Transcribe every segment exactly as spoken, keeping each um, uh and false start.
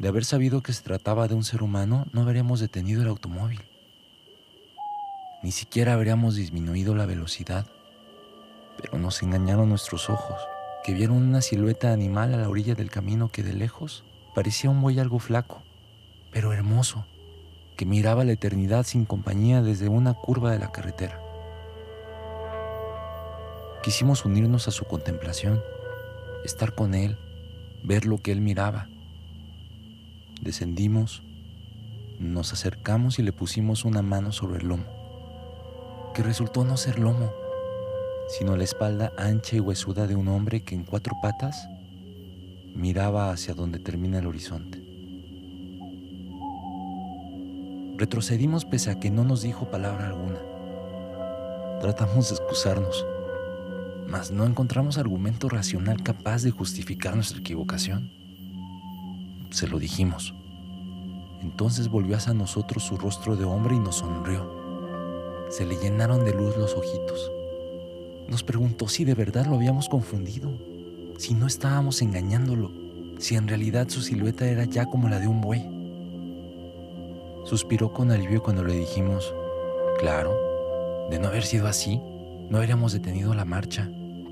De haber sabido que se trataba de un ser humano, no habríamos detenido el automóvil. Ni siquiera habríamos disminuido la velocidad. Pero nos engañaron nuestros ojos, que vieron una silueta animal a la orilla del camino que de lejos parecía un buey algo flaco, pero hermoso, que miraba la eternidad sin compañía desde una curva de la carretera. Quisimos unirnos a su contemplación, estar con él, ver lo que él miraba. Descendimos, nos acercamos y le pusimos una mano sobre el lomo, que resultó no ser lomo, sino la espalda ancha y huesuda de un hombre que en cuatro patas miraba hacia donde termina el horizonte. Retrocedimos pese a que no nos dijo palabra alguna. Tratamos de excusarnos, mas no encontramos argumento racional capaz de justificar nuestra equivocación. Se lo dijimos. Entonces volvió hacia nosotros su rostro de hombre y nos sonrió. Se le llenaron de luz los ojitos. Nos preguntó si de verdad lo habíamos confundido, si no estábamos engañándolo, si en realidad su silueta era ya como la de un buey. Suspiró con alivio cuando le dijimos, claro, de no haber sido así, no habríamos detenido la marcha.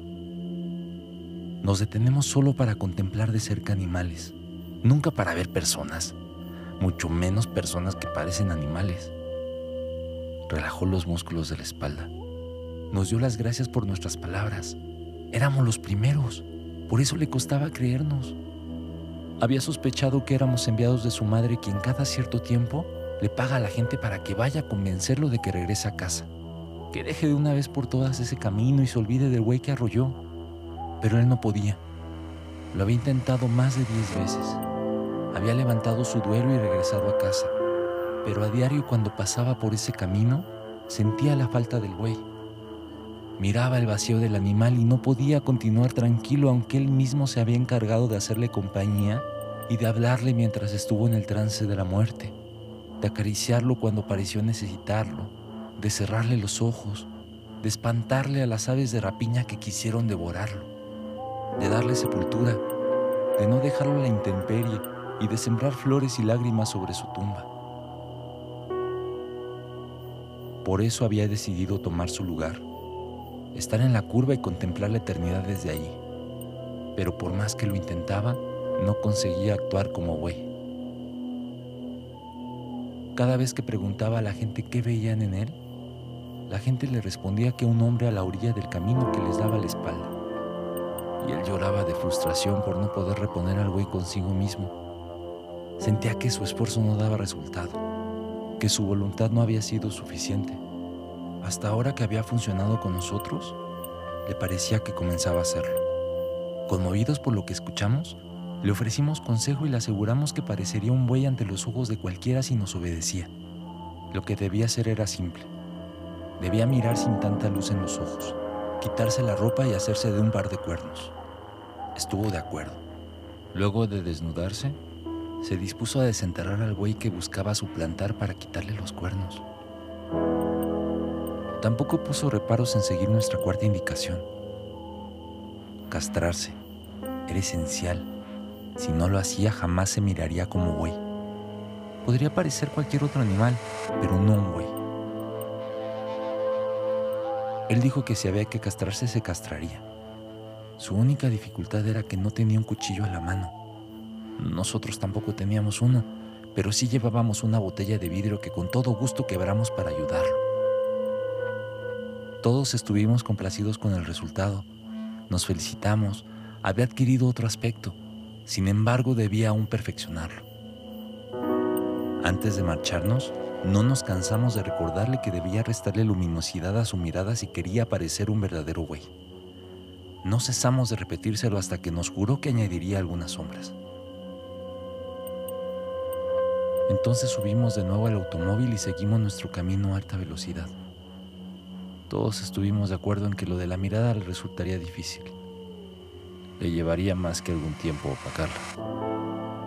Nos detenemos solo para contemplar de cerca animales, nunca para ver personas, mucho menos personas que parecen animales. Relajó los músculos de la espalda. Nos dio las gracias por nuestras palabras. Éramos los primeros, por eso le costaba creernos. Había sospechado que éramos enviados de su madre, quien cada cierto tiempo le paga a la gente para que vaya a convencerlo de que regrese a casa, que deje de una vez por todas ese camino y se olvide del güey que arrolló. Pero él no podía. Lo había intentado más de diez veces. Había levantado su duelo y regresado a casa, pero a diario cuando pasaba por ese camino sentía la falta del güey. Miraba el vacío del animal y no podía continuar tranquilo, aunque él mismo se había encargado de hacerle compañía y de hablarle mientras estuvo en el trance de la muerte, de acariciarlo cuando pareció necesitarlo, de cerrarle los ojos, de espantarle a las aves de rapiña que quisieron devorarlo, de darle sepultura, de no dejarlo a la intemperie y de sembrar flores y lágrimas sobre su tumba. Por eso había decidido tomar su lugar, estar en la curva y contemplar la eternidad desde allí. Pero por más que lo intentaba, no conseguía actuar como güey. Cada vez que preguntaba a la gente qué veían en él, la gente le respondía que un hombre a la orilla del camino que les daba la espalda. Y él lloraba de frustración por no poder reponer al güey consigo mismo. Sentía que su esfuerzo no daba resultado, que su voluntad no había sido suficiente. Hasta ahora que había funcionado con nosotros, le parecía que comenzaba a hacerlo. Conmovidos por lo que escuchamos, le ofrecimos consejo y le aseguramos que parecería un buey ante los ojos de cualquiera si nos obedecía. Lo que debía hacer era simple. Debía mirar sin tanta luz en los ojos, quitarse la ropa y hacerse de un par de cuernos. Estuvo de acuerdo. Luego de desnudarse, se dispuso a desenterrar al buey que buscaba suplantar para quitarle los cuernos. Tampoco puso reparos en seguir nuestra cuarta indicación. Castrarse era esencial. Si no lo hacía, jamás se miraría como buey. Podría parecer cualquier otro animal, pero no un buey. Él dijo que si había que castrarse, se castraría. Su única dificultad era que no tenía un cuchillo a la mano. Nosotros tampoco teníamos uno, pero sí llevábamos una botella de vidrio que con todo gusto quebramos para ayudarlo. Todos estuvimos complacidos con el resultado. Nos felicitamos. Había adquirido otro aspecto. Sin embargo, debía aún perfeccionarlo. Antes de marcharnos, no nos cansamos de recordarle que debía restarle luminosidad a su mirada si quería parecer un verdadero güey. No cesamos de repetírselo hasta que nos juró que añadiría algunas sombras. Entonces subimos de nuevo al automóvil y seguimos nuestro camino a alta velocidad. Todos estuvimos de acuerdo en que lo de la mirada le resultaría difícil. Le llevaría más que algún tiempo opacarla.